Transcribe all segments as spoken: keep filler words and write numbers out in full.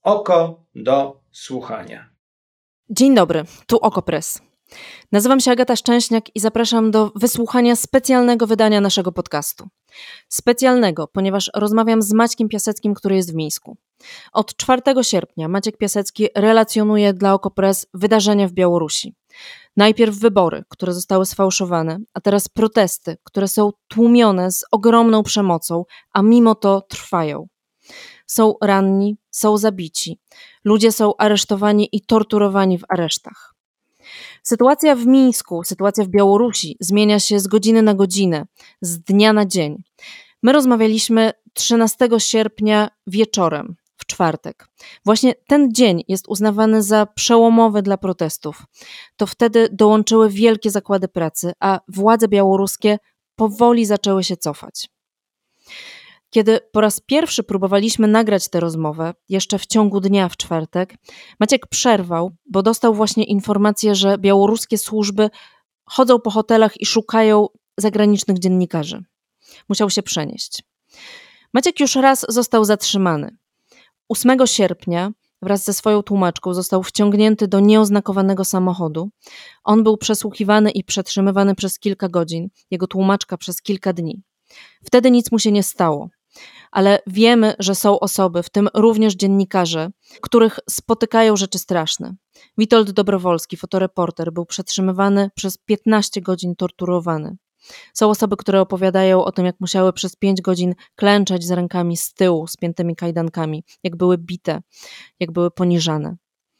Oko do słuchania. Dzień dobry, tu Okopres. Nazywam się Agata Szczęśniak i zapraszam do wysłuchania specjalnego wydania naszego podcastu. Specjalnego, ponieważ rozmawiam z Maćkiem Piaseckim, który jest w Mińsku. Od czwartego sierpnia Maciek Piasecki relacjonuje dla Okopres wydarzenia w Białorusi. Najpierw wybory, które zostały sfałszowane, a teraz protesty, które są tłumione z ogromną przemocą, a mimo to trwają. Są ranni, są zabici. Ludzie są aresztowani i torturowani w aresztach. Sytuacja w Mińsku, sytuacja w Białorusi zmienia się z godziny na godzinę, z dnia na dzień. My rozmawialiśmy trzynastego sierpnia wieczorem, w czwartek. Właśnie ten dzień jest uznawany za przełomowy dla protestów. To wtedy dołączyły wielkie zakłady pracy, a władze białoruskie powoli zaczęły się cofać. Kiedy po raz pierwszy próbowaliśmy nagrać tę rozmowę, jeszcze w ciągu dnia w czwartek, Maciek przerwał, bo dostał właśnie informację, że białoruskie służby chodzą po hotelach i szukają zagranicznych dziennikarzy. Musiał się przenieść. Maciek już raz został zatrzymany. ósmego sierpnia wraz ze swoją tłumaczką został wciągnięty do nieoznakowanego samochodu. On był przesłuchiwany i przetrzymywany przez kilka godzin, jego tłumaczka przez kilka dni. Wtedy nic mu się nie stało. Ale wiemy, że są osoby, w tym również dziennikarze, których spotykają rzeczy straszne. Witold Dobrowolski, fotoreporter, był przetrzymywany przez piętnaście godzin, torturowany. Są osoby, które opowiadają o tym, jak musiały przez pięć godzin klęczeć z rękami z tyłu, spiętymi kajdankami, jak były bite, jak były poniżane.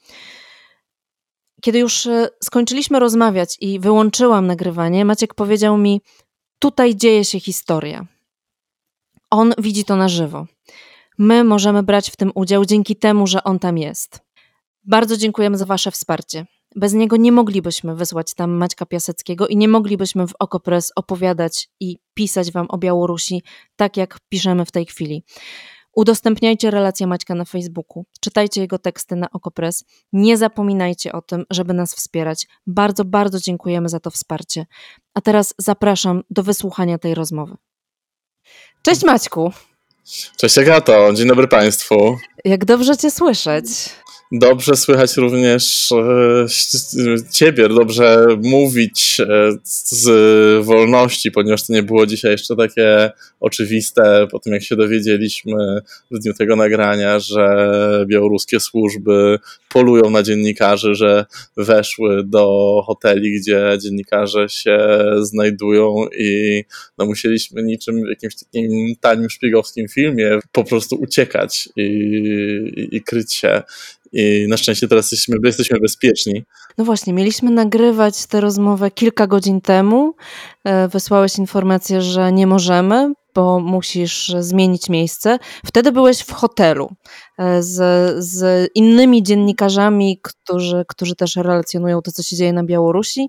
Kiedy już skończyliśmy rozmawiać i wyłączyłam nagrywanie, Maciek powiedział mi: tutaj dzieje się historia. On widzi to na żywo. My możemy brać w tym udział dzięki temu, że on tam jest. Bardzo dziękujemy za wasze wsparcie. Bez niego nie moglibyśmy wysłać tam Maćka Piaseckiego i nie moglibyśmy w Okopres opowiadać i pisać wam o Białorusi tak, jak piszemy w tej chwili. Udostępniajcie relacje Maćka na Facebooku, czytajcie jego teksty na Okopres. Nie zapominajcie o tym, żeby nas wspierać. Bardzo, bardzo dziękujemy za to wsparcie. A teraz zapraszam do wysłuchania tej rozmowy. Cześć Maćku. Cześć Agato, dzień dobry Państwu. Jak dobrze cię słyszeć. Dobrze słychać również e, ciebie, dobrze mówić e, z wolności, ponieważ to nie było dzisiaj jeszcze takie oczywiste po tym, jak się dowiedzieliśmy w dniu tego nagrania, że białoruskie służby polują na dziennikarzy, że weszły do hoteli, gdzie dziennikarze się znajdują i no, musieliśmy niczym w jakimś takim tanim szpiegowskim filmie po prostu uciekać i, i, i kryć się. I na szczęście teraz jesteśmy, jesteśmy bezpieczni. No właśnie, mieliśmy nagrywać tę rozmowę kilka godzin temu. Wysłałeś informację, że nie możemy, bo musisz zmienić miejsce. Wtedy byłeś w hotelu z, z innymi dziennikarzami, którzy, którzy też relacjonują to, co się dzieje na Białorusi.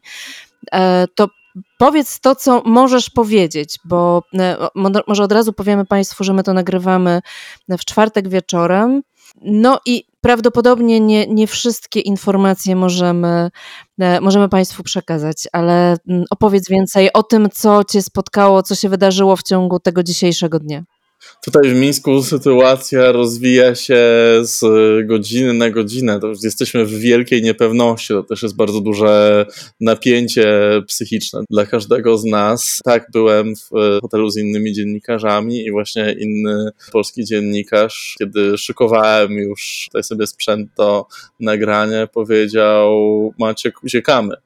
To powiedz to, co możesz powiedzieć, bo może od razu powiemy Państwu, że my to nagrywamy w czwartek wieczorem. No i prawdopodobnie nie, nie wszystkie informacje możemy, możemy Państwu przekazać, ale opowiedz więcej o tym, co Cię spotkało, co się wydarzyło w ciągu tego dzisiejszego dnia. Tutaj w Mińsku sytuacja rozwija się z godziny na godzinę. To już jesteśmy w wielkiej niepewności. To też jest bardzo duże napięcie psychiczne dla każdego z nas. Tak, byłem w hotelu z innymi dziennikarzami i właśnie inny polski dziennikarz, kiedy szykowałem już tutaj sobie sprzęt do nagrania, powiedział: Maciek, uciekamy.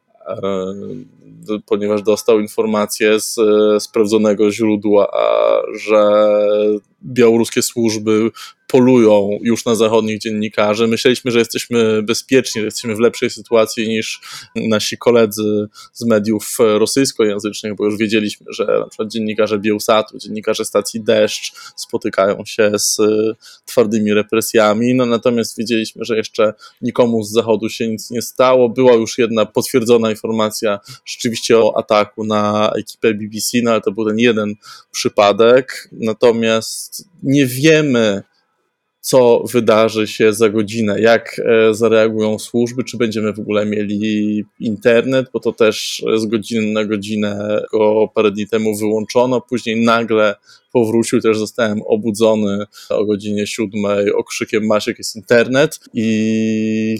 Ponieważ dostał informację z sprawdzonego źródła, że białoruskie służby polują już na zachodnich dziennikarzy. Myśleliśmy, że jesteśmy bezpieczni, że jesteśmy w lepszej sytuacji niż nasi koledzy z mediów rosyjskojęzycznych, bo już wiedzieliśmy, że na przykład dziennikarze Biełsatu, dziennikarze stacji Deszcz spotykają się z twardymi represjami, no natomiast wiedzieliśmy, że jeszcze nikomu z zachodu się nic nie stało. Była już jedna potwierdzona informacja rzeczywiście o ataku na ekipę B B C, no ale to był ten jeden przypadek, natomiast nie wiemy, co wydarzy się za godzinę, jak zareagują służby, czy będziemy w ogóle mieli internet, bo to też z godziny na godzinę go parę dni temu wyłączono, później nagle powrócił, też zostałem obudzony o godzinie siódmej okrzykiem Maciek, jest internet i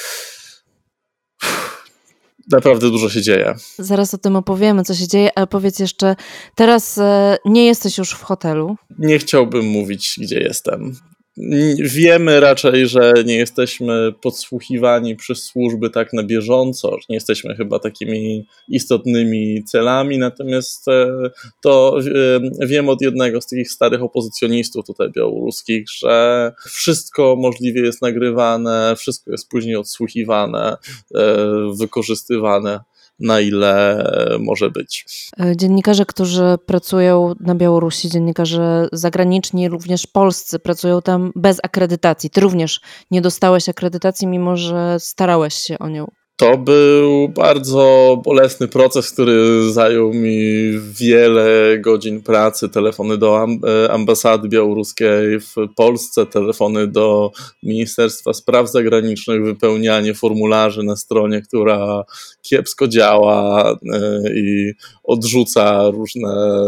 naprawdę dużo się dzieje. Zaraz o tym opowiemy, co się dzieje, ale powiedz jeszcze, teraz e, nie jesteś już w hotelu. Nie chciałbym mówić, gdzie jestem. Wiemy raczej, że nie jesteśmy podsłuchiwani przez służby tak na bieżąco, że nie jesteśmy chyba takimi istotnymi celami, natomiast to wiem od jednego z takich starych opozycjonistów tutaj białoruskich, że wszystko możliwie jest nagrywane, wszystko jest później odsłuchiwane, wykorzystywane, na ile może być. Dziennikarze, którzy pracują na Białorusi, dziennikarze zagraniczni, również polscy, pracują tam bez akredytacji. Ty również nie dostałeś akredytacji, mimo że starałeś się o nią. To był bardzo bolesny proces, który zajął mi wiele godzin pracy. Telefony do ambasady białoruskiej w Polsce, telefony do Ministerstwa Spraw Zagranicznych, wypełnianie formularzy na stronie, która kiepsko działa i odrzuca różne,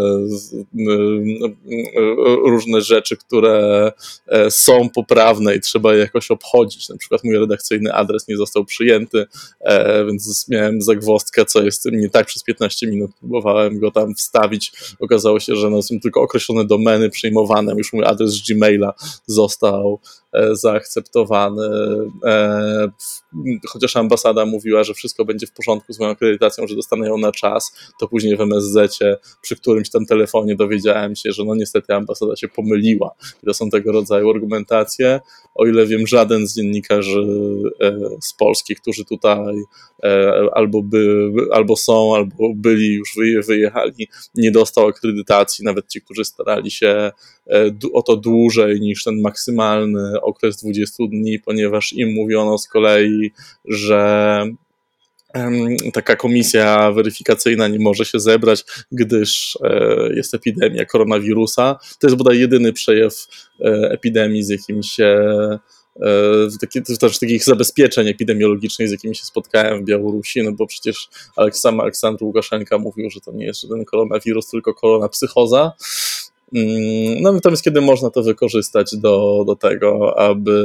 różne rzeczy, które są poprawne i trzeba je jakoś obchodzić. Na przykład mój redakcyjny adres nie został przyjęty, więc miałem zagwozdkę, co jest z tym nie tak. Przez piętnaście minut próbowałem go tam wstawić. Okazało się, że no, są tylko określone domeny przyjmowane. Już mój adres z Gmaila został zaakceptowany. Chociaż ambasada mówiła, że wszystko będzie w porządku z moją akredytacją, że dostanę ją na czas, to później w M S Z-cie przy którymś tam telefonie dowiedziałem się, że no niestety ambasada się pomyliła. I to są tego rodzaju argumentacje. O ile wiem, żaden z dziennikarzy z Polski, którzy tutaj albo, by, albo są, albo byli, już wyjechali, nie dostał akredytacji. Nawet ci, którzy starali się o to dłużej niż ten maksymalny okres dwudziestu dni, ponieważ im mówiono z kolei, że taka komisja weryfikacyjna nie może się zebrać, gdyż jest epidemia koronawirusa. To jest bodaj jedyny przejaw epidemii, z jakim się Taki, też takich zabezpieczeń epidemiologicznych, z jakimi się spotkałem w Białorusi, no bo przecież sam Aleksandr Łukaszenka mówił, że to nie jest żaden koronawirus, tylko koronapsychoza. No natomiast kiedy można to wykorzystać do, do tego, aby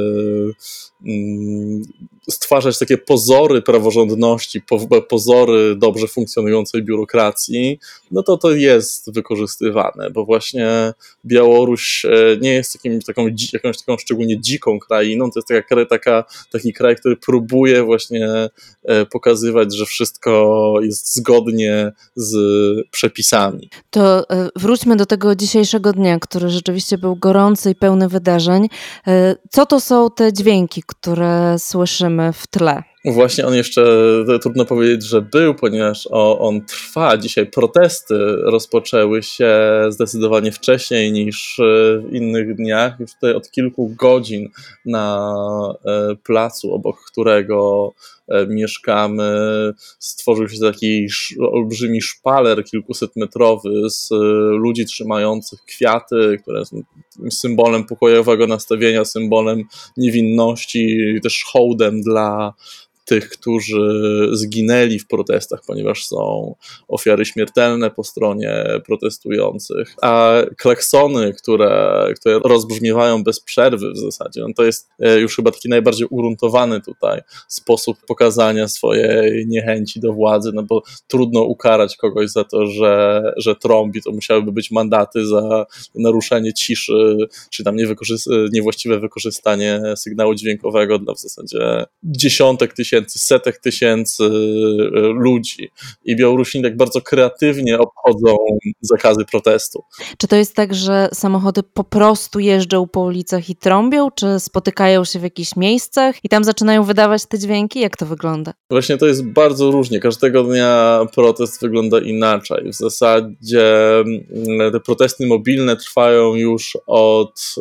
stwarzać takie pozory praworządności, pozory dobrze funkcjonującej biurokracji, no to to jest wykorzystywane, bo właśnie Białoruś nie jest takim, taką, jakąś taką szczególnie dziką krainą, to jest taka, taka, taki kraj, który próbuje właśnie pokazywać, że wszystko jest zgodnie z przepisami. To wróćmy do tego dzisiejszego dnia, który rzeczywiście był gorący i pełny wydarzeń. Co to są te dźwięki, które słyszymy w tle? Właśnie on jeszcze, trudno powiedzieć, że był, ponieważ on trwa. Dzisiaj protesty rozpoczęły się zdecydowanie wcześniej niż w innych dniach. Już tutaj od kilku godzin na placu, obok którego mieszkamy, stworzył się taki olbrzymi szpaler kilkusetmetrowy z ludzi trzymających kwiaty, które są symbolem pokojowego nastawienia, symbolem niewinności i też hołdem dla tych, którzy zginęli w protestach, ponieważ są ofiary śmiertelne po stronie protestujących, a klaksony, które, które rozbrzmiewają bez przerwy w zasadzie, no to jest już chyba taki najbardziej ugruntowany tutaj sposób pokazania swojej niechęci do władzy, no bo trudno ukarać kogoś za to, że, że trąbi, to musiałyby być mandaty za naruszenie ciszy, czy tam niewykorzyst- niewłaściwe wykorzystanie sygnału dźwiękowego dla w zasadzie dziesiątek tysięcy setek tysięcy ludzi i Białorusini tak bardzo kreatywnie obchodzą zakazy protestu. Czy to jest tak, że samochody po prostu jeżdżą po ulicach i trąbią, czy spotykają się w jakichś miejscach i tam zaczynają wydawać te dźwięki? Jak to wygląda? Właśnie to jest bardzo różnie. Każdego dnia protest wygląda inaczej. W zasadzie te protesty mobilne trwają już od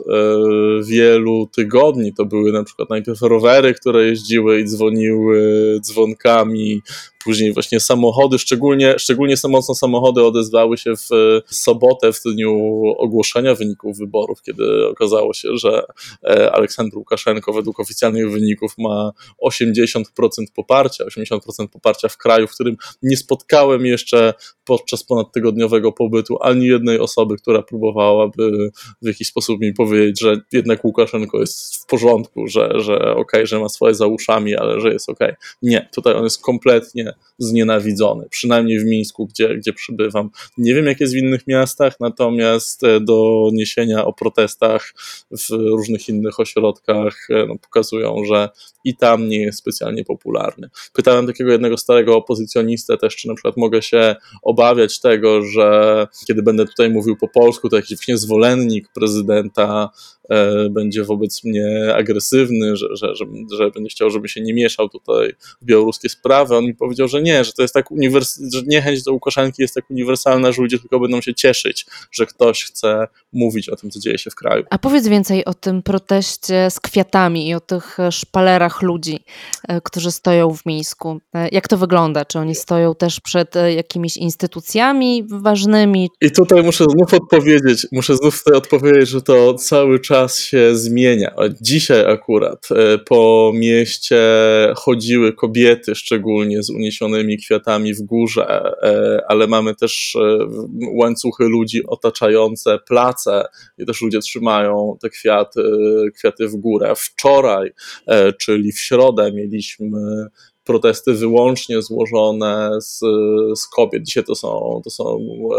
wielu tygodni. To były na przykład najpierw rowery, które jeździły i dzwoniły dzwonkami, później właśnie samochody, szczególnie, szczególnie mocno samochody odezwały się w sobotę, w dniu ogłoszenia wyników wyborów, kiedy okazało się, że Aleksander Łukaszenko według oficjalnych wyników ma osiemdziesiąt procent poparcia, osiemdziesiąt procent poparcia w kraju, w którym nie spotkałem jeszcze podczas ponadtygodniowego pobytu ani jednej osoby, która próbowałaby w jakiś sposób mi powiedzieć, że jednak Łukaszenko jest w porządku, że, że okej, okay, że ma swoje za uszami, ale że jest okej. Okay. Nie, tutaj on jest kompletnie znienawidzony, przynajmniej w Mińsku, gdzie, gdzie przybywam. Nie wiem, jak jest w innych miastach, natomiast doniesienia o protestach w różnych innych ośrodkach no, pokazują, że i tam nie jest specjalnie popularny. Pytałem takiego jednego starego opozycjonistę też, czy na przykład mogę się obawiać tego, że kiedy będę tutaj mówił po polsku, to jakiś właśnie zwolennik prezydenta e, będzie wobec mnie agresywny, że, że, że, że będzie chciał, żebym się nie mieszał tutaj w białoruskie sprawy. On mi powiedział, że nie, że to jest tak uniwers- że niechęć do Łukaszenki jest tak uniwersalna, że ludzie tylko będą się cieszyć, że ktoś chce mówić o tym, co dzieje się w kraju. A powiedz więcej o tym proteście z kwiatami i o tych szpalerach ludzi, którzy stoją w Mińsku. Jak to wygląda? Czy oni stoją też przed jakimiś instytucjami ważnymi? I tutaj muszę znów odpowiedzieć, muszę znów tutaj odpowiedzieć, że to cały czas się zmienia. Dzisiaj akurat po mieście chodziły kobiety, szczególnie z uniesionymi kwiatami w górze, ale mamy też łańcuchy ludzi otaczające place i też ludzie trzymają te kwiaty, kwiaty w górę. Wczoraj, czyli w środę, mieliśmy protesty wyłącznie złożone z, z kobiet. Dzisiaj to są, to są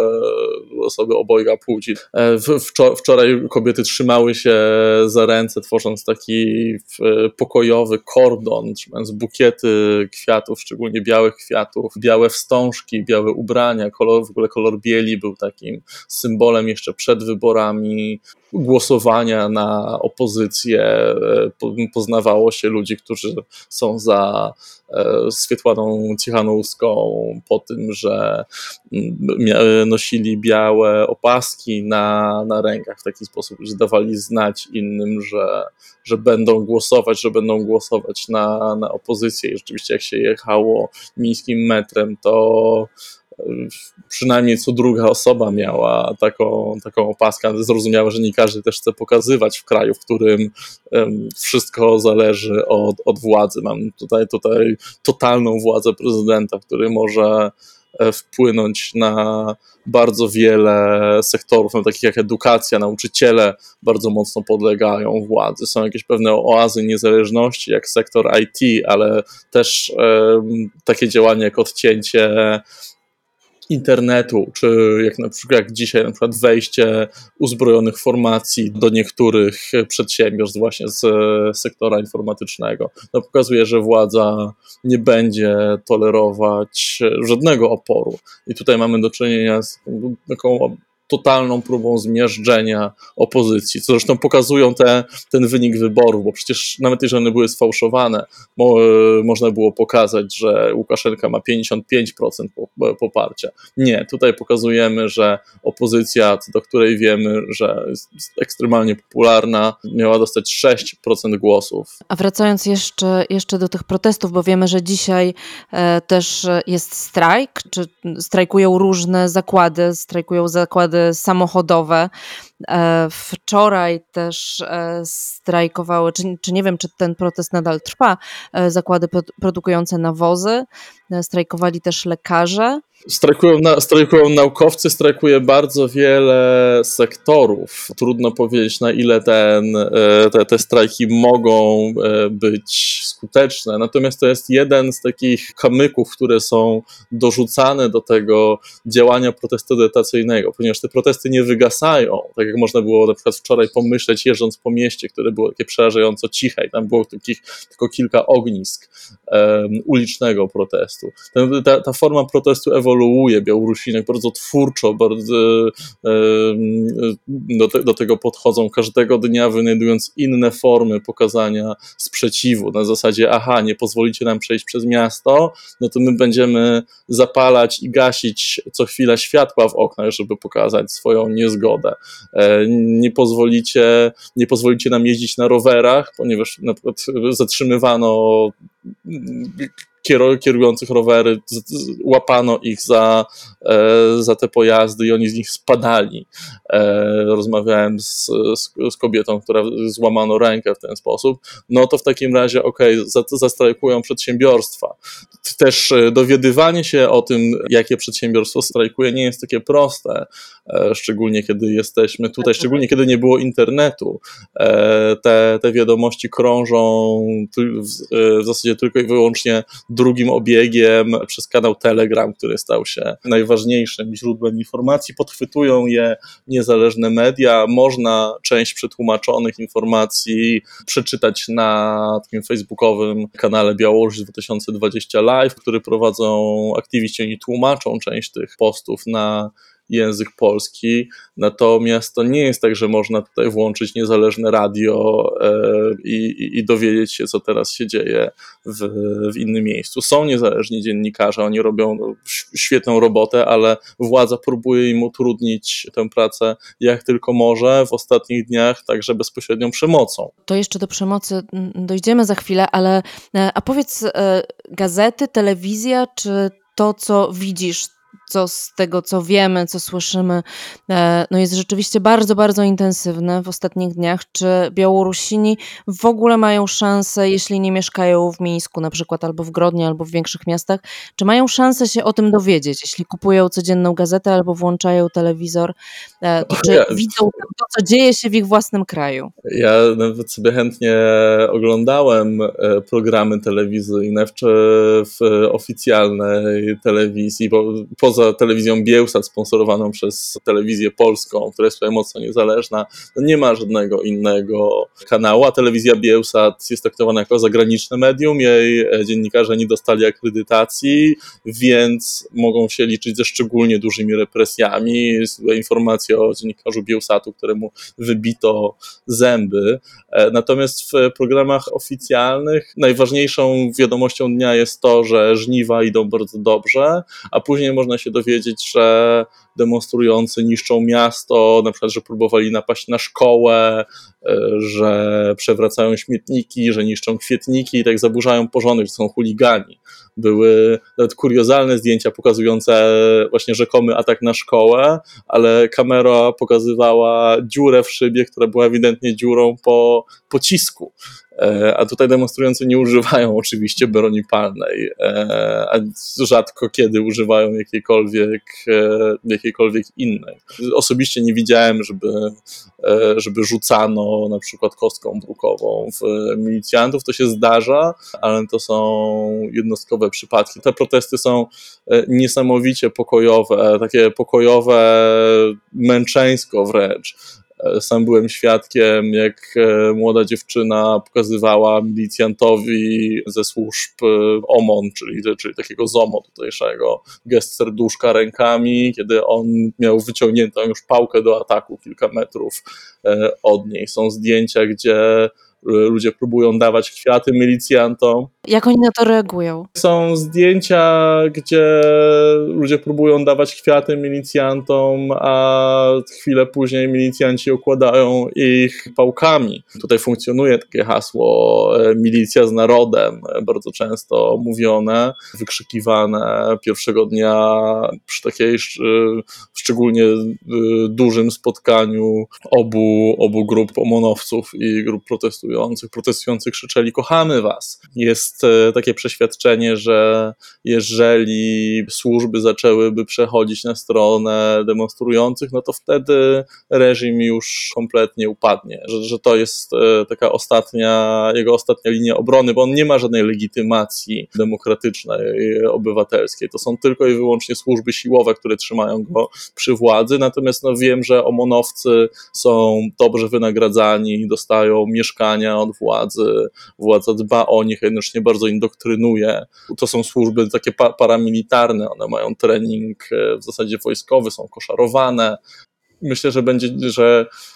e, osoby obojga płci. E, w, wczor- wczoraj kobiety trzymały się za ręce, tworząc taki e, pokojowy kordon, trzymając bukiety kwiatów, szczególnie białych kwiatów, białe wstążki, białe ubrania, kolor, w ogóle kolor bieli był takim symbolem jeszcze przed wyborami głosowania na opozycję. Poznawało się ludzi, którzy są za Swietłaną Cichanouszką po tym, że nosili białe opaski na, na rękach w taki sposób, że dawali znać innym, że, że będą głosować, że będą głosować na, na opozycję. I rzeczywiście jak się jechało mińskim metrem, to przynajmniej co druga osoba miała taką, taką opaskę. Zrozumiałe, że nie każdy też chce pokazywać w kraju, w którym um, wszystko zależy od, od władzy. Mam tutaj, tutaj totalną władzę prezydenta, który może wpłynąć na bardzo wiele sektorów, no, takich jak edukacja, nauczyciele bardzo mocno podlegają władzy. Są jakieś pewne oazy niezależności, jak sektor I T, ale też um, takie działania jak odcięcie internetu, czy jak na przykład jak dzisiaj na przykład wejście uzbrojonych formacji do niektórych przedsiębiorstw właśnie z sektora informatycznego. To pokazuje, że władza nie będzie tolerować żadnego oporu. I tutaj mamy do czynienia z taką totalną próbą zmiażdżenia opozycji, co zresztą pokazują te, ten wynik wyborów, bo przecież nawet jeżeli one były sfałszowane, mo, można było pokazać, że Łukaszenka ma pięćdziesiąt pięć procent poparcia. Nie, tutaj pokazujemy, że opozycja, do której wiemy, że jest ekstremalnie popularna, miała dostać sześć procent głosów. A wracając jeszcze, jeszcze do tych protestów, bo wiemy, że dzisiaj e, też jest strajk, czy strajkują różne zakłady, strajkują zakłady samochodowe. Wczoraj też strajkowały, czy, czy nie wiem, czy ten protest nadal trwa, zakłady produkujące nawozy, strajkowali też lekarze. Strajkują, na, strajkują naukowcy, strajkuje bardzo wiele sektorów. Trudno powiedzieć, na ile ten, te, te strajki mogą być skuteczne. Natomiast to jest jeden z takich kamyków, które są dorzucane do tego działania protestacyjnego, ponieważ te protesty nie wygasają, tak jak można było na przykład wczoraj pomyśleć, jeżdżąc po mieście, które było takie przerażająco ciche i tam było takich, tylko kilka ognisk um, ulicznego protestu. Ten, ta, ta forma protestu ewoluuje. Białorusinek bardzo twórczo, bardzo do, te, do tego podchodzą każdego dnia, wynajdując inne formy pokazania sprzeciwu. Na zasadzie, aha, nie pozwolicie nam przejść przez miasto, no to my będziemy zapalać i gasić co chwila światła w oknach, żeby pokazać swoją niezgodę. Nie pozwolicie, nie pozwolicie nam jeździć na rowerach, ponieważ na przykład zatrzymywano kierujących rowery, łapano ich za, za te pojazdy i oni z nich spadali. Rozmawiałem z, z kobietą, która złamano rękę w ten sposób. No to w takim razie okej, okay, zastrajkują przedsiębiorstwa. Też dowiadywanie się o tym, jakie przedsiębiorstwo strajkuje, nie jest takie proste, szczególnie kiedy jesteśmy tutaj, szczególnie kiedy nie było internetu. Te, te wiadomości krążą w zasadzie tylko i wyłącznie drugim obiegiem przez kanał Telegram, który stał się najważniejszym źródłem informacji. Podchwytują je niezależne media. Można część przetłumaczonych informacji przeczytać na takim facebookowym kanale Białoruś dwa tysiące dwadzieścia Live, który prowadzą aktywiści. Oni tłumaczą część tych postów na język polski, natomiast to nie jest tak, że można tutaj włączyć niezależne radio e, i, i dowiedzieć się, co teraz się dzieje w, w innym miejscu. Są niezależni dziennikarze, oni robią świetną robotę, ale władza próbuje im utrudnić tę pracę jak tylko może, w ostatnich dniach także bezpośrednią przemocą. To jeszcze do przemocy dojdziemy za chwilę, ale a powiedz, gazety, telewizja, czy to, co widzisz, co z tego, co wiemy, co słyszymy, no jest rzeczywiście bardzo, bardzo intensywne w ostatnich dniach. Czy Białorusini w ogóle mają szansę, jeśli nie mieszkają w Mińsku na przykład, albo w Grodnie, albo w większych miastach, czy mają szansę się o tym dowiedzieć? Jeśli kupują codzienną gazetę albo włączają telewizor, to czy ja, widzą to, co dzieje się w ich własnym kraju? Ja nawet sobie chętnie oglądałem programy telewizyjne w, w oficjalnej telewizji, bo poza telewizją Biełsat sponsorowaną przez telewizję polską, która jest tutaj mocno niezależna, nie ma żadnego innego kanału, a telewizja Biełsat jest traktowana jako zagraniczne medium, jej dziennikarze nie dostali akredytacji, więc mogą się liczyć ze szczególnie dużymi represjami. Jest informacja o dziennikarzu Biełsatu, któremu wybito zęby. Natomiast w programach oficjalnych najważniejszą wiadomością dnia jest to, że żniwa idą bardzo dobrze, a później można się dowiedzieć, że demonstrujący niszczą miasto, na przykład, że próbowali napaść na szkołę, że przewracają śmietniki, że niszczą kwietniki i tak zaburzają porządek, że są chuligani. Były nawet kuriozalne zdjęcia pokazujące właśnie rzekomy atak na szkołę, ale kamera pokazywała dziurę w szybie, która była ewidentnie dziurą po pocisku. A tutaj demonstrujący nie używają oczywiście broni palnej, a rzadko kiedy używają jakiejkolwiek, jakiejkolwiek innej. Osobiście nie widziałem, żeby, żeby rzucano na przykład kostką brukową w milicjantów. To się zdarza, ale to są jednostkowe przypadki. Te protesty są niesamowicie pokojowe, takie pokojowe męczeńsko wręcz. Sam byłem świadkiem, jak młoda dziewczyna pokazywała milicjantowi ze służb O M O N, czyli, czyli takiego Z O M O tutejszego, gest serduszka rękami, kiedy on miał wyciągniętą już pałkę do ataku kilka metrów od niej. Są zdjęcia, gdzie ludzie próbują dawać kwiaty milicjantom. Jak oni na to reagują? Są zdjęcia, gdzie ludzie próbują dawać kwiaty milicjantom, a chwilę później milicjanci okładają ich pałkami. Tutaj funkcjonuje takie hasło milicja z narodem, bardzo często mówione, wykrzykiwane pierwszego dnia przy takiej szczególnie dużym spotkaniu obu, obu grup omonowców i grup protestujących. Protestujących krzyczeli: kochamy was. Jest takie przeświadczenie, że jeżeli służby zaczęłyby przechodzić na stronę demonstrujących, no to wtedy reżim już kompletnie upadnie, że, że to jest taka ostatnia, jego ostatnia linia obrony, bo on nie ma żadnej legitymacji demokratycznej, obywatelskiej. To są tylko i wyłącznie służby siłowe, które trzymają go przy władzy, natomiast no wiem, że omonowcy są dobrze wynagradzani, dostają mieszkania od władzy, władza dba o nich, jednocześnie bardzo indoktrynuje. To są służby takie pa- paramilitarne, one mają trening w zasadzie wojskowy, są koszarowane. Myślę, że będzie, że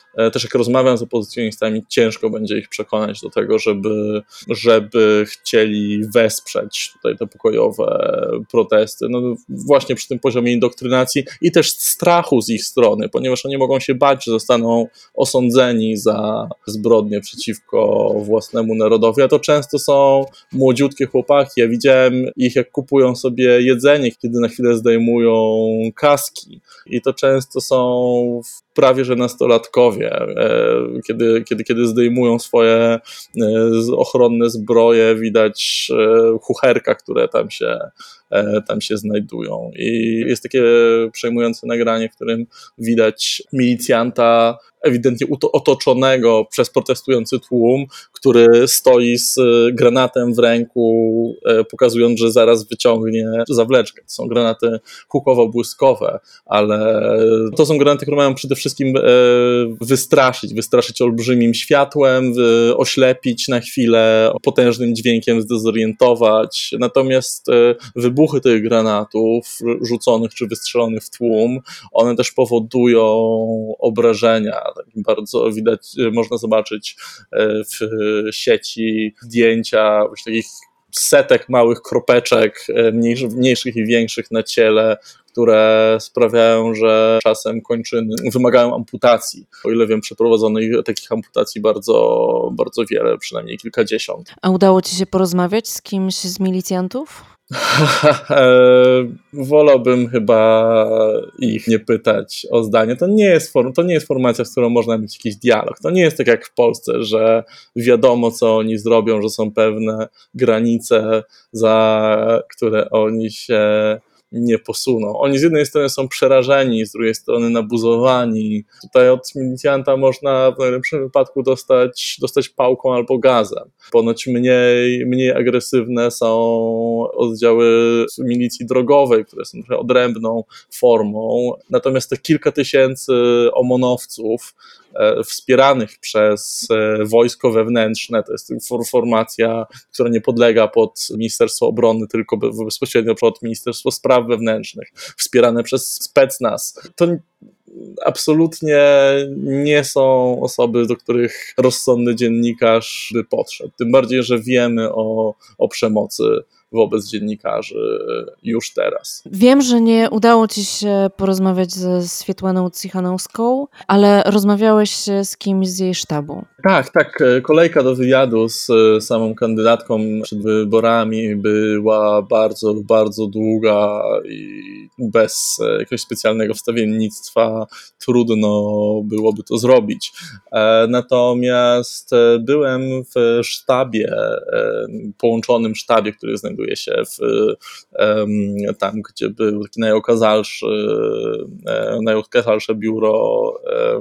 też jak rozmawiam z opozycjonistami, ciężko będzie ich przekonać do tego, żeby, żeby chcieli wesprzeć tutaj te pokojowe protesty. No właśnie przy tym poziomie indoktrynacji i też strachu z ich strony, ponieważ oni mogą się bać, że zostaną osądzeni za zbrodnie przeciwko własnemu narodowi, a to często są młodziutkie chłopaki. Ja widziałem ich, jak kupują sobie jedzenie, kiedy na chwilę zdejmują kaski i to często są prawie że nastolatkowie, kiedy, kiedy, kiedy zdejmują swoje ochronne zbroje, widać chucherka, które tam się, tam się znajdują. I jest takie przejmujące nagranie, w którym widać milicjanta ewidentnie otoczonego przez protestujący tłum, który stoi z granatem w ręku, pokazując, że zaraz wyciągnie zawleczkę. To są granaty hukowo-błyskowe, ale to są granaty, które mają przede wszystkim wystraszyć, wystraszyć olbrzymim światłem, oślepić na chwilę, potężnym dźwiękiem zdezorientować. Natomiast wybuchy tych granatów rzuconych czy wystrzelonych w tłum, one też powodują obrażenia. Tak bardzo widać, można zobaczyć w sieci zdjęcia takich setek małych kropeczek, mniejszych i większych na ciele, które sprawiają, że czasem kończyny wymagają amputacji. O ile wiem, przeprowadzonych takich amputacji bardzo, bardzo wiele, przynajmniej kilkadziesiąt. A udało ci się porozmawiać z kimś z milicjantów? Wolałbym chyba ich nie pytać o zdanie. To nie jest, form, to nie jest formacja, z którą można mieć jakiś dialog. To nie jest tak jak w Polsce, że wiadomo, co oni zrobią, że są pewne granice, za które oni się nie posuną. Oni z jednej strony są przerażeni, z drugiej strony nabuzowani. Tutaj od milicjanta można w najlepszym wypadku dostać, dostać pałką albo gazem. Ponoć mniej, mniej agresywne są oddziały milicji drogowej, które są trochę odrębną formą. Natomiast te kilka tysięcy omonowców wspieranych przez wojsko wewnętrzne, to jest formacja, która nie podlega pod Ministerstwo Obrony, tylko bezpośrednio pod Ministerstwo Spraw Wewnętrznych, wspierane przez specnaz. To absolutnie nie są osoby, do których rozsądny dziennikarz by podszedł. Tym bardziej, że wiemy o, o przemocy wobec dziennikarzy już teraz. Wiem, że nie udało ci się porozmawiać ze Swietłaną Cichanowską, ale rozmawiałeś z kimś z jej sztabu. Tak, tak. Kolejka do wywiadu z samą kandydatką przed wyborami była bardzo, bardzo długa i bez jakiegoś specjalnego wstawiennictwa trudno byłoby to zrobić. Natomiast byłem w sztabie, połączonym sztabie, który znajduje się w, tam, gdzie był taki najokazalszy, najokazalsze biuro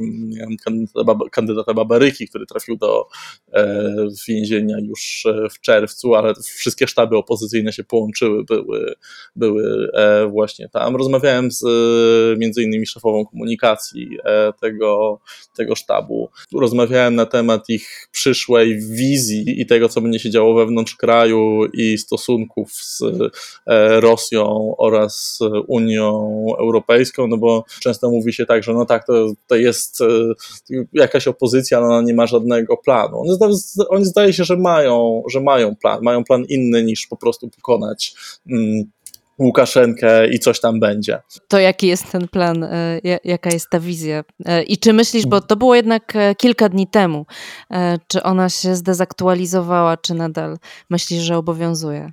kandydata Babaryki, który trafił do więzienia już w czerwcu, ale wszystkie sztaby opozycyjne się połączyły, były, były właśnie tam. Rozmawiałem z między innymi szefową komunikacji tego, tego sztabu. Rozmawiałem na temat ich przyszłej wizji i tego, co będzie się działo wewnątrz kraju i stosunków z Rosją oraz Unią Europejską, no bo często mówi się tak, że no tak, to, to jest jakaś opozycja, ale ona nie ma żadnego planu. Oni, zda, oni zdaje się, że mają, że mają plan, mają plan inny niż po prostu pokonać mm, Łukaszenkę i coś tam będzie. To jaki jest ten plan? Jaka jest ta wizja? I czy myślisz, bo to było jednak kilka dni temu, czy ona się zdezaktualizowała, czy nadal myślisz, że obowiązuje?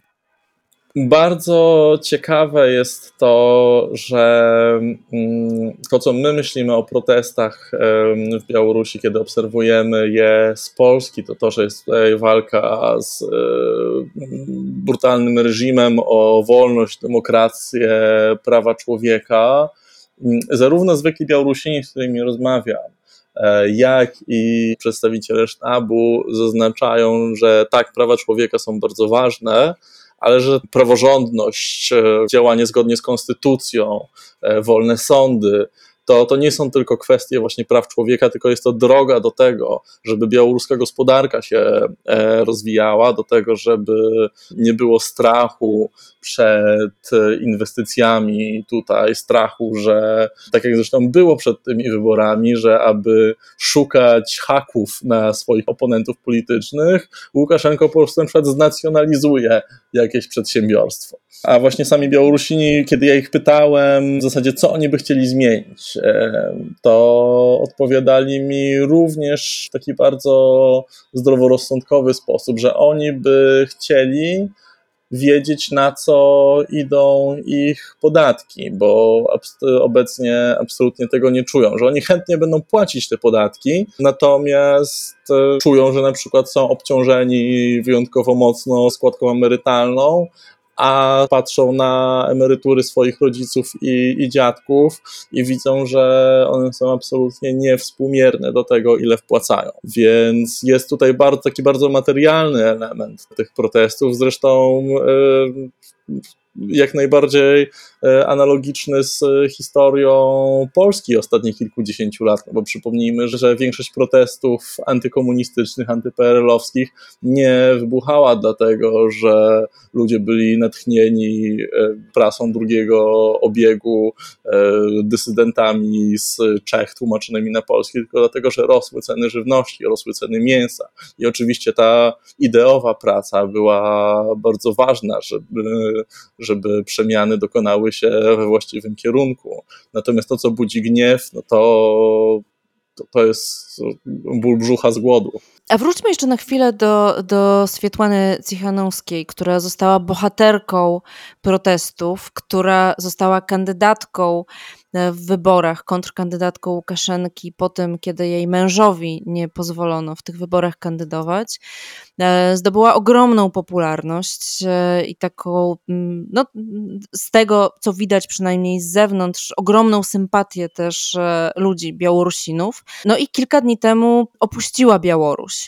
Bardzo ciekawe jest to, że to, co my myślimy o protestach w Białorusi, kiedy obserwujemy je z Polski, to to, że jest tutaj walka z brutalnym reżimem o wolność, demokrację, prawa człowieka. Zarówno zwykli Białorusini, z którymi rozmawiam, jak i przedstawiciele sztabu zaznaczają, że tak, prawa człowieka są bardzo ważne, ale że praworządność, działanie zgodnie z konstytucją, wolne sądy, to, to nie są tylko kwestie właśnie praw człowieka, tylko jest to droga do tego, żeby białoruska gospodarka się rozwijała, do tego, żeby nie było strachu przed inwestycjami tutaj, strachu, że tak jak zresztą było przed tymi wyborami, że aby szukać haków na swoich oponentów politycznych, Łukaszenko po prostu na przykład znacjonalizuje jakieś przedsiębiorstwo. A właśnie sami Białorusini, kiedy ja ich pytałem w zasadzie, co oni by chcieli zmienić, to odpowiadali mi również w taki bardzo zdroworozsądkowy sposób, że oni by chcieli wiedzieć, na co idą ich podatki, bo obecnie absolutnie tego nie czują, że oni chętnie będą płacić te podatki, natomiast czują, że na przykład są obciążeni wyjątkowo mocno składką emerytalną, a patrzą na emerytury swoich rodziców i, i dziadków i widzą, że one są absolutnie niewspółmierne do tego, ile wpłacają. Więc jest tutaj bardzo, taki bardzo materialny element tych protestów, zresztą yy, jak najbardziej analogiczny z historią Polski ostatnich kilkudziesięciu lat, no bo przypomnijmy, że większość protestów antykomunistycznych, antype er elowskich nie wybuchała dlatego, że ludzie byli natchnieni prasą drugiego obiegu, dysydentami z Czech tłumaczonymi na polski, tylko dlatego, że rosły ceny żywności, rosły ceny mięsa i oczywiście ta ideowa praca była bardzo ważna, żeby, żeby przemiany dokonały się we właściwym kierunku. Natomiast to, co budzi gniew, no to, to, to jest ból brzucha z głodu. A wróćmy jeszcze na chwilę do, do Swiatłany Cichanouskiej, która została bohaterką protestów, która została kandydatką w wyborach, kontrkandydatką Łukaszenki po tym, kiedy jej mężowi nie pozwolono w tych wyborach kandydować. Zdobyła ogromną popularność i taką, no, z tego, co widać przynajmniej z zewnątrz, ogromną sympatię też ludzi, Białorusinów. No i kilka dni temu opuściła Białoruś.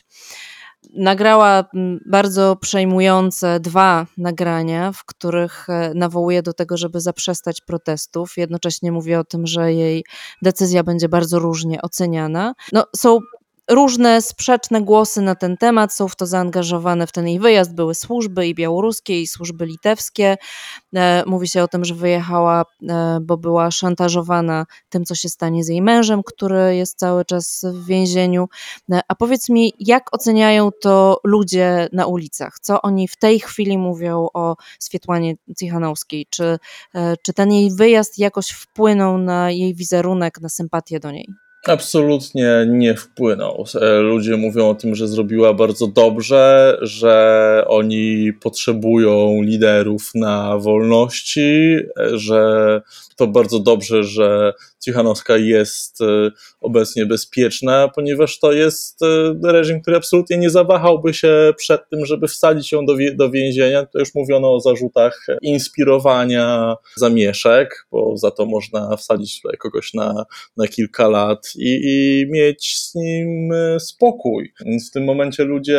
Nagrała bardzo przejmujące dwa nagrania, w których nawołuje do tego, żeby zaprzestać protestów. Jednocześnie mówi o tym, że jej decyzja będzie bardzo różnie oceniana. No, są różne sprzeczne głosy na ten temat, są w to zaangażowane w ten jej wyjazd, były służby i białoruskie, i służby litewskie. Mówi się o tym, że wyjechała, bo była szantażowana tym, co się stanie z jej mężem, który jest cały czas w więzieniu. A powiedz mi, jak oceniają to ludzie na ulicach? Co oni w tej chwili mówią o Swiatłanie Cichanouskiej? Czy, czy ten jej wyjazd jakoś wpłynął na jej wizerunek, na sympatię do niej? Absolutnie nie wpłynął. Ludzie mówią o tym, że zrobiła bardzo dobrze, że oni potrzebują liderów na wolności, że to bardzo dobrze, że Cichanouska jest obecnie bezpieczna, ponieważ to jest reżim, który absolutnie nie zawahałby się przed tym, żeby wsadzić ją do, do więzienia. To już mówiono o zarzutach inspirowania zamieszek, bo za to można wsadzić kogoś na, na kilka lat i, i mieć z nim spokój. Więc w tym momencie ludzie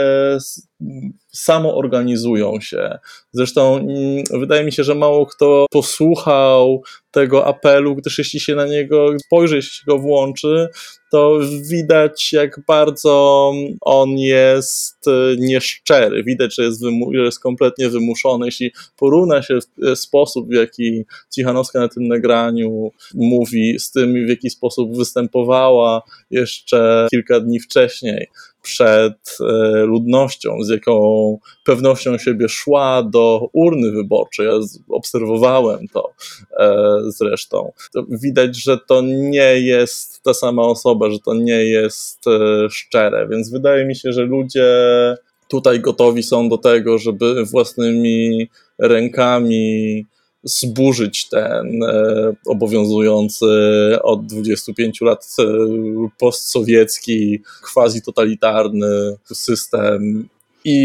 samoorganizują się. Zresztą wydaje mi się, że mało kto posłuchał tego apelu, gdyż jeśli się na niego spojrzy, jeśli się go włączy, to widać, jak bardzo on jest nieszczery. Widać, że jest, wymu- że jest kompletnie wymuszony. Jeśli porówna się sposób, w jaki Cichanouska na tym nagraniu mówi, z tym, w jaki sposób występowała jeszcze kilka dni wcześniej przed ludnością, z jaką pewnością siebie szła do urny wyborczej. Ja obserwowałem to zresztą. To widać, że to nie jest ta sama osoba, że to nie jest szczere, więc wydaje mi się, że ludzie tutaj gotowi są do tego, żeby własnymi rękami zburzyć ten e, obowiązujący od dwudziestu pięciu lat e, postsowiecki, quasi-totalitarny system i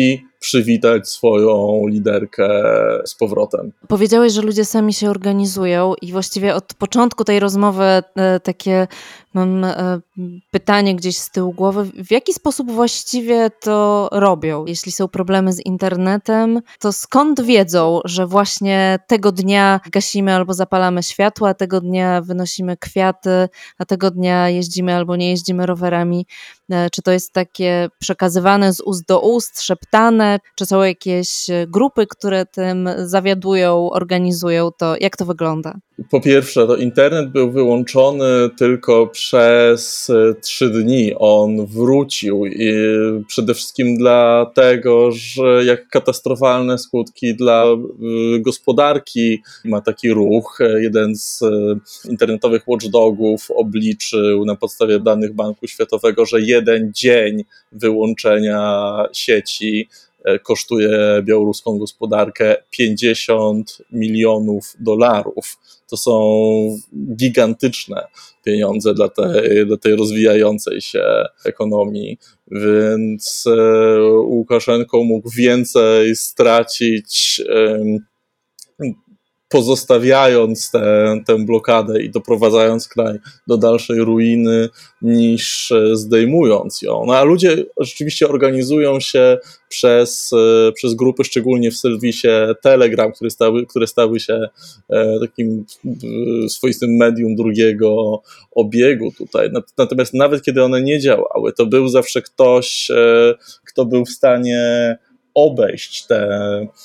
przywitać swoją liderkę z powrotem. Powiedziałeś, że ludzie sami się organizują i właściwie od początku tej rozmowy e, takie mam e, pytanie gdzieś z tyłu głowy. W jaki sposób właściwie to robią? Jeśli są problemy z internetem, to skąd wiedzą, że właśnie tego dnia gasimy albo zapalamy światła, a tego dnia wynosimy kwiaty, a tego dnia jeździmy albo nie jeździmy rowerami? E, czy to jest takie przekazywane z ust do ust, szeptane? Czy są jakieś grupy, które tym zawiadują, organizują to? Jak to wygląda? Po pierwsze, to internet był wyłączony tylko przez trzy dni. On wrócił i przede wszystkim dlatego, że jak katastrofalne skutki dla gospodarki ma taki ruch. Jeden z internetowych watchdogów obliczył na podstawie danych Banku Światowego, że jeden dzień wyłączenia sieci kosztuje białoruską gospodarkę pięćdziesiąt milionów dolarów. To są gigantyczne pieniądze dla tej, dla tej rozwijającej się ekonomii, więc Łukaszenko mógł więcej stracić, pozostawiając tę, tę blokadę i doprowadzając kraj do dalszej ruiny, niż zdejmując ją. No a ludzie rzeczywiście organizują się przez, przez grupy, szczególnie w serwisie Telegram, które stały, które stały się takim swoistym medium drugiego obiegu tutaj. Natomiast nawet kiedy one nie działały, to był zawsze ktoś, kto był w stanie obejść te,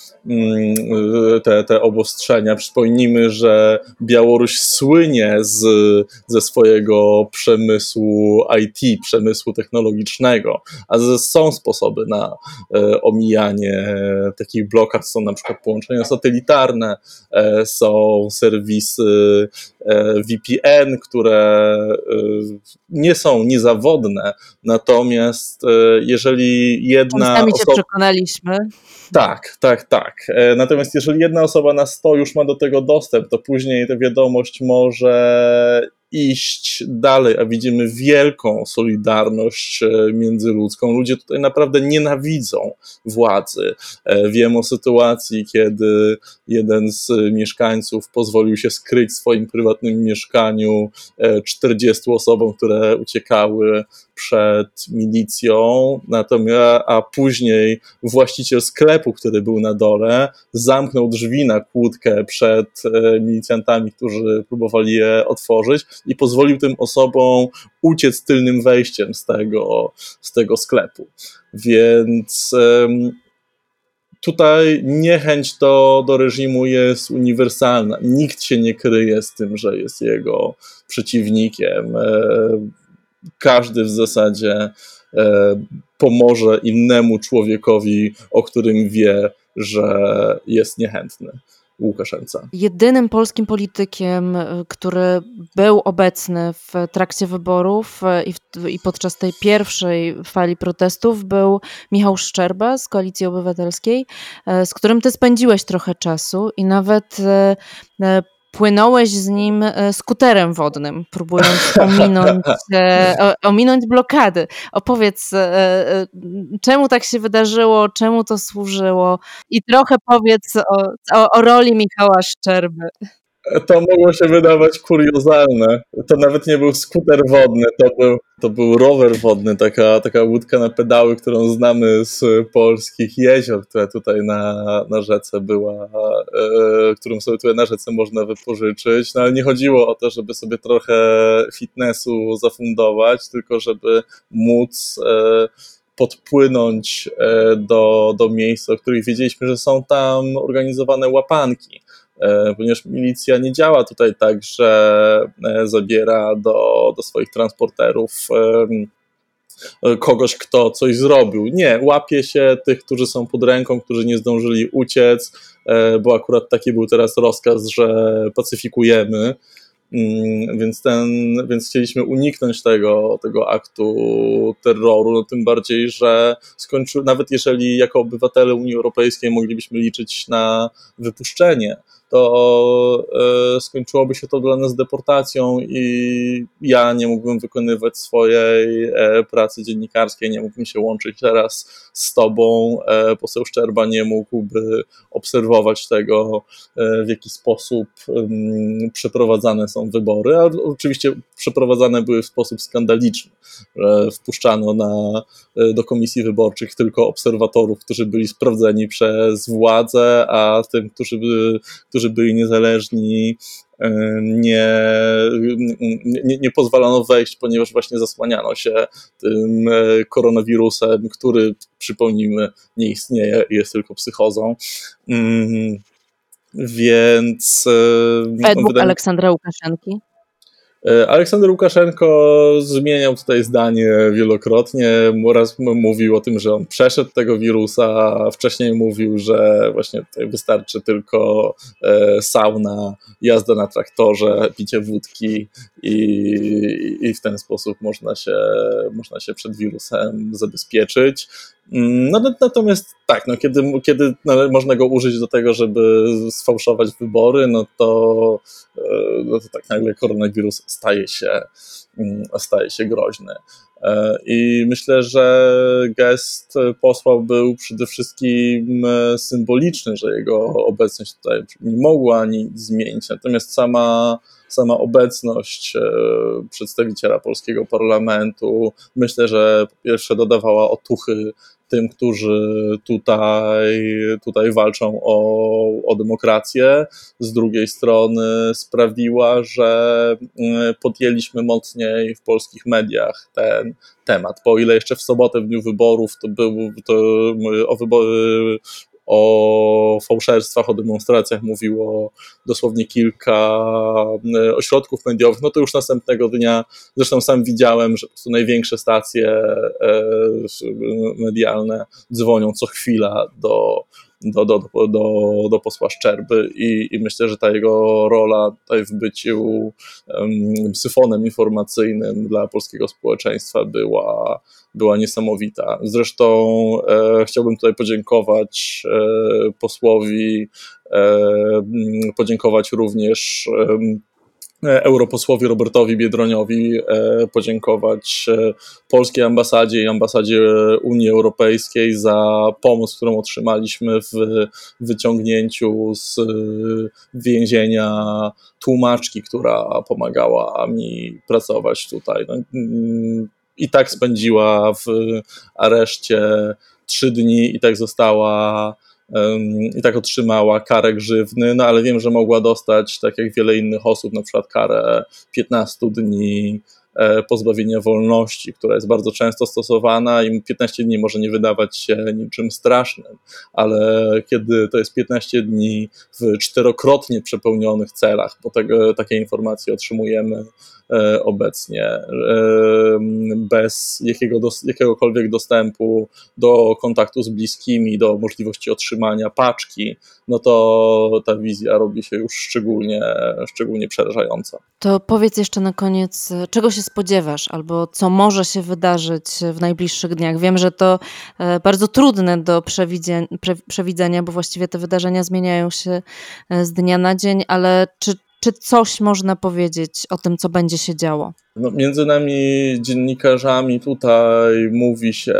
te, te obostrzenia. Przypomnijmy, że Białoruś słynie z, ze swojego przemysłu I T, przemysłu technologicznego, a są sposoby na e, omijanie takich blokad. Są na przykład połączenia satelitarne, e, są serwisy e, V P N, które e, nie są niezawodne, natomiast e, jeżeli jedna Sami się osoba... przekonaliśmy. Tak, tak, tak. Natomiast jeżeli jedna osoba na sto już ma do tego dostęp, to później ta wiadomość może iść dalej, a widzimy wielką solidarność międzyludzką. Ludzie tutaj naprawdę nienawidzą władzy. Wiem o sytuacji, kiedy jeden z mieszkańców pozwolił się skryć w swoim prywatnym mieszkaniu czterdziestu osobom, które uciekały przed milicją, natomiast, a później właściciel sklepu, który był na dole, zamknął drzwi na kłódkę przed milicjantami, którzy próbowali je otworzyć i pozwolił tym osobom uciec tylnym wejściem z tego, z tego sklepu. Więc um, tutaj niechęć do, do reżimu jest uniwersalna. Nikt się nie kryje z tym, że jest jego przeciwnikiem. Każdy w zasadzie pomoże innemu człowiekowi, o którym wie, że jest niechętny Łukaszence. Jedynym polskim politykiem, który był obecny w trakcie wyborów i, w, i podczas tej pierwszej fali protestów, był Michał Szczerba z Koalicji Obywatelskiej, z którym ty spędziłeś trochę czasu i nawet płynąłeś z nim skuterem wodnym, próbując ominąć, ominąć blokady. Opowiedz, czemu tak się wydarzyło, czemu to służyło i trochę powiedz o, o, o roli Michała Szczerby. To mogło się wydawać kuriozalne. To nawet nie był skuter wodny, to był, to był rower wodny, taka, taka łódka na pedały, którą znamy z polskich jezior, która tutaj na, na rzece była, e, którą sobie tutaj na rzece można wypożyczyć. No ale nie chodziło o to, żeby sobie trochę fitnessu zafundować, tylko żeby móc e, podpłynąć e, do, do miejsc, o których wiedzieliśmy, że są tam organizowane łapanki. Ponieważ milicja nie działa tutaj tak, że zabiera do, do swoich transporterów kogoś, kto coś zrobił. Nie, łapie się tych, którzy są pod ręką, którzy nie zdążyli uciec, bo akurat taki był teraz rozkaz, że pacyfikujemy. Więc, ten, więc chcieliśmy uniknąć tego, tego aktu terroru, no tym bardziej, że skończył, nawet jeżeli jako obywatele Unii Europejskiej moglibyśmy liczyć na wypuszczenie to e, skończyłoby się to dla nas deportacją i ja nie mógłbym wykonywać swojej e, pracy dziennikarskiej, nie mógłbym się łączyć teraz z tobą, e, poseł Szczerba nie mógłby obserwować tego, e, w jaki sposób um, przeprowadzane są wybory, a oczywiście przeprowadzane były w sposób skandaliczny, że wpuszczano na, do komisji wyborczych tylko obserwatorów, którzy byli sprawdzeni przez władzę, a tym, którzy, by, którzy byli niezależni, nie, nie, nie pozwalano wejść, ponieważ właśnie zasłaniano się tym koronawirusem, który, przypomnijmy, nie istnieje i jest tylko psychozą. Więc według wydaje... Aleksandra Łukaszenki? Aleksander Łukaszenko zmieniał tutaj zdanie wielokrotnie. Raz mówił o tym, że on przeszedł tego wirusa, a wcześniej mówił, że właśnie tutaj wystarczy tylko sauna, jazda na traktorze, picie wódki i, i w ten sposób można się, można się przed wirusem zabezpieczyć. No, natomiast tak, no, kiedy, kiedy no, można go użyć do tego, żeby sfałszować wybory, no to, no to tak nagle koronawirus staje się, staje się groźny. I myślę, że gest posła był przede wszystkim symboliczny, że jego obecność tutaj nie mogła nic zmienić, natomiast sama Sama obecność przedstawiciela polskiego parlamentu, myślę, że po pierwsze dodawała otuchy tym, którzy tutaj, tutaj walczą o, o demokrację, z drugiej strony sprawiła, że podjęliśmy mocniej w polskich mediach ten temat. Po ile jeszcze w sobotę, w dniu wyborów, to był to o wybory, o fałszerstwach, o demonstracjach mówiło dosłownie kilka ośrodków mediowych, no to już następnego dnia, zresztą sam widziałem, że po prostu największe stacje medialne dzwonią co chwila do, do, do, do, do posła Szczerby i, i myślę, że ta jego rola tutaj w byciu um, syfonem informacyjnym dla polskiego społeczeństwa była była niesamowita. Zresztą e, chciałbym tutaj podziękować e, posłowi, e, podziękować również e, europosłowi Robertowi Biedroniowi, e, podziękować e, polskiej ambasadzie i ambasadzie Unii Europejskiej za pomoc, którą otrzymaliśmy w wyciągnięciu z więzienia tłumaczki, która pomagała mi pracować tutaj. No, i tak spędziła w areszcie trzy dni i tak została, um, i tak otrzymała karę grzywny, no ale wiem, że mogła dostać, tak jak wiele innych osób, na przykład karę piętnaście dni pozbawienia wolności, która jest bardzo często stosowana i piętnaście dni może nie wydawać się niczym strasznym, ale kiedy to jest piętnaście dni w czterokrotnie przepełnionych celach, bo tego, takie informacje otrzymujemy obecnie, bez jakiego, jakiegokolwiek dostępu do kontaktu z bliskimi, do możliwości otrzymania paczki, no to ta wizja robi się już szczególnie, szczególnie przerażająca. To powiedz jeszcze na koniec, czego się spodziewasz, albo co może się wydarzyć w najbliższych dniach. Wiem, że to bardzo trudne do przewidzenia, bo właściwie te wydarzenia zmieniają się z dnia na dzień, ale czy Czy coś można powiedzieć o tym, co będzie się działo? No, między nami dziennikarzami tutaj mówi się,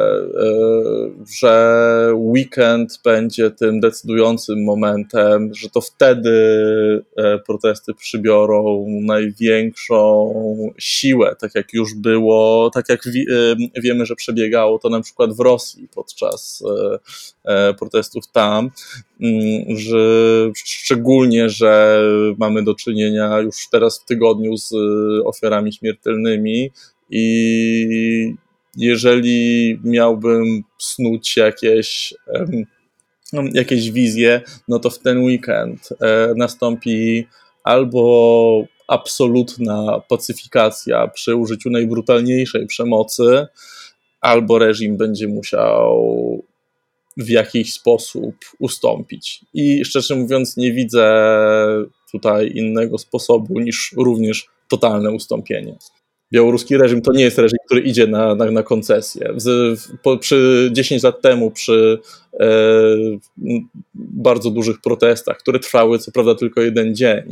że weekend będzie tym decydującym momentem, że to wtedy protesty przybiorą największą siłę, tak jak już było, tak jak wiemy, że przebiegało to na przykład w Rosji podczas protestów tam, że szczególnie, że mamy do czynienia już teraz w tygodniu z ofiarami śmiertelnymi i jeżeli miałbym snuć jakieś, jakieś wizje, no to w ten weekend nastąpi albo absolutna pacyfikacja przy użyciu najbrutalniejszej przemocy, albo reżim będzie musiał w jakiś sposób ustąpić. I szczerze mówiąc nie widzę tutaj innego sposobu niż również totalne ustąpienie. Białoruski reżim to nie jest reżim, który idzie na, na, na koncesję. Z, po, przy dziesięć lat temu przy bardzo dużych protestach, które trwały co prawda tylko jeden dzień,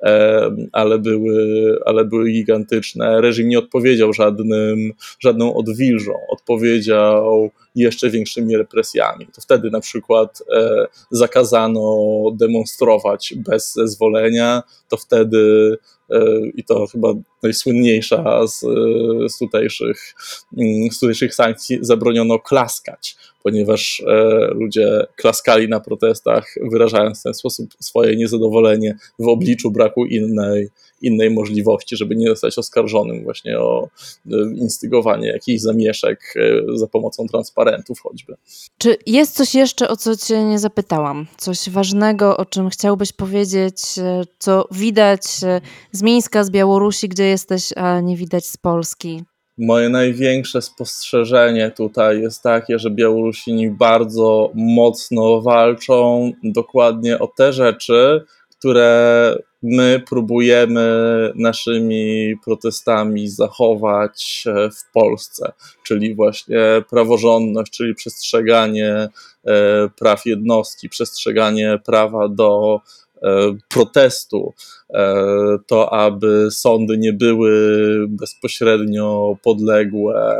ale były, ale były gigantyczne. Reżim nie odpowiedział żadnym, żadną odwilżą, odpowiedział jeszcze większymi represjami. To wtedy na przykład e, zakazano demonstrować bez zezwolenia, to wtedy e, i to chyba najsłynniejsza z, z, tutejszych, z tutejszych sankcji, zabroniono klaskać, ponieważ e, ludzie klaskali na protestach, wyrażając w ten sposób swoje niezadowolenie w obliczu braku innej, innej możliwości, żeby nie zostać oskarżonym właśnie o e, instygowanie jakichś zamieszek e, za pomocą transparentów choćby. Czy jest coś jeszcze, o co cię nie zapytałam? Coś ważnego, o czym chciałbyś powiedzieć, co widać z Mińska, z Białorusi, gdzie jesteś, a nie widać z Polski? Moje największe spostrzeżenie tutaj jest takie, że Białorusini bardzo mocno walczą dokładnie o te rzeczy, które my próbujemy naszymi protestami zachować w Polsce, czyli właśnie praworządność, czyli przestrzeganie praw jednostki, przestrzeganie prawa do protestu, to aby sądy nie były bezpośrednio podległe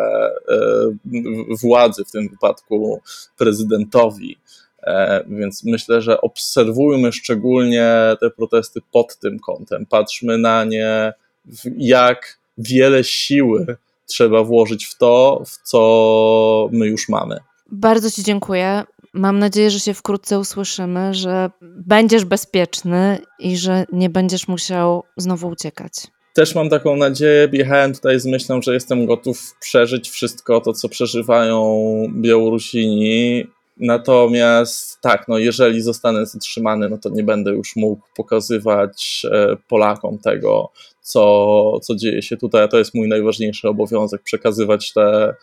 władzy, w tym wypadku prezydentowi. Więc myślę, że obserwujmy szczególnie te protesty pod tym kątem. Patrzmy na nie, jak wiele siły trzeba włożyć w to, w co my już mamy. Bardzo ci dziękuję. Mam nadzieję, że się wkrótce usłyszymy, że będziesz bezpieczny i że nie będziesz musiał znowu uciekać. Też mam taką nadzieję. Jechałem tutaj z myślą, że jestem gotów przeżyć wszystko to, co przeżywają Białorusini. Natomiast tak, no jeżeli zostanę zatrzymany, no to nie będę już mógł pokazywać Polakom tego, co, co dzieje się tutaj, a to jest mój najważniejszy obowiązek, przekazywać te,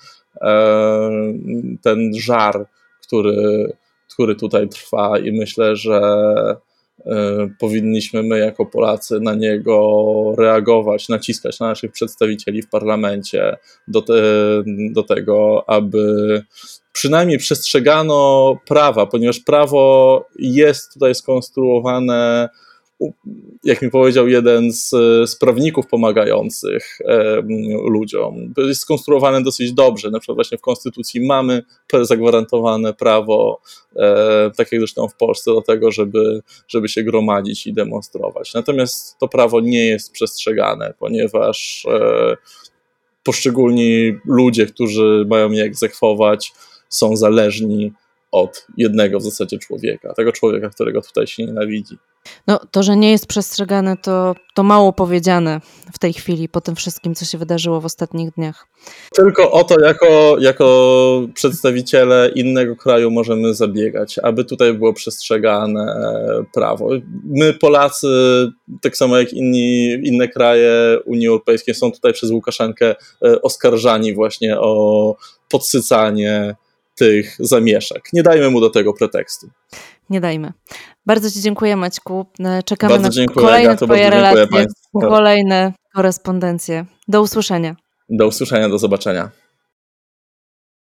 ten żar, który, który tutaj trwa i myślę, że powinniśmy my jako Polacy na niego reagować, naciskać na naszych przedstawicieli w parlamencie do, te, do tego, aby przynajmniej przestrzegano prawa, ponieważ prawo jest tutaj skonstruowane, jak mi powiedział jeden z, z prawników pomagających e, ludziom, jest skonstruowane dosyć dobrze. Na przykład właśnie w Konstytucji mamy zagwarantowane prawo, e, tak jak zresztą w Polsce, do tego, żeby, żeby się gromadzić i demonstrować. Natomiast to prawo nie jest przestrzegane, ponieważ e, poszczególni ludzie, którzy mają je egzekwować, są zależni od jednego w zasadzie człowieka, tego człowieka, którego tutaj się nienawidzi. No to, że nie jest przestrzegane, to, to mało powiedziane w tej chwili, po tym wszystkim, co się wydarzyło w ostatnich dniach. Tylko o to jako, jako przedstawiciele innego kraju możemy zabiegać, aby tutaj było przestrzegane prawo. My Polacy, tak samo jak inni, inne kraje Unii Europejskiej, są tutaj przez Łukaszenkę oskarżani właśnie o podsycanie tych zamieszek. Nie dajmy mu do tego pretekstu. Nie dajmy. Bardzo ci dziękuję, Maćku. Czekamy bardzo na dziękuję, kolejne Agato, twoje bardzo relacje, Państwu. kolejne korespondencje. Do usłyszenia. Do usłyszenia, do zobaczenia.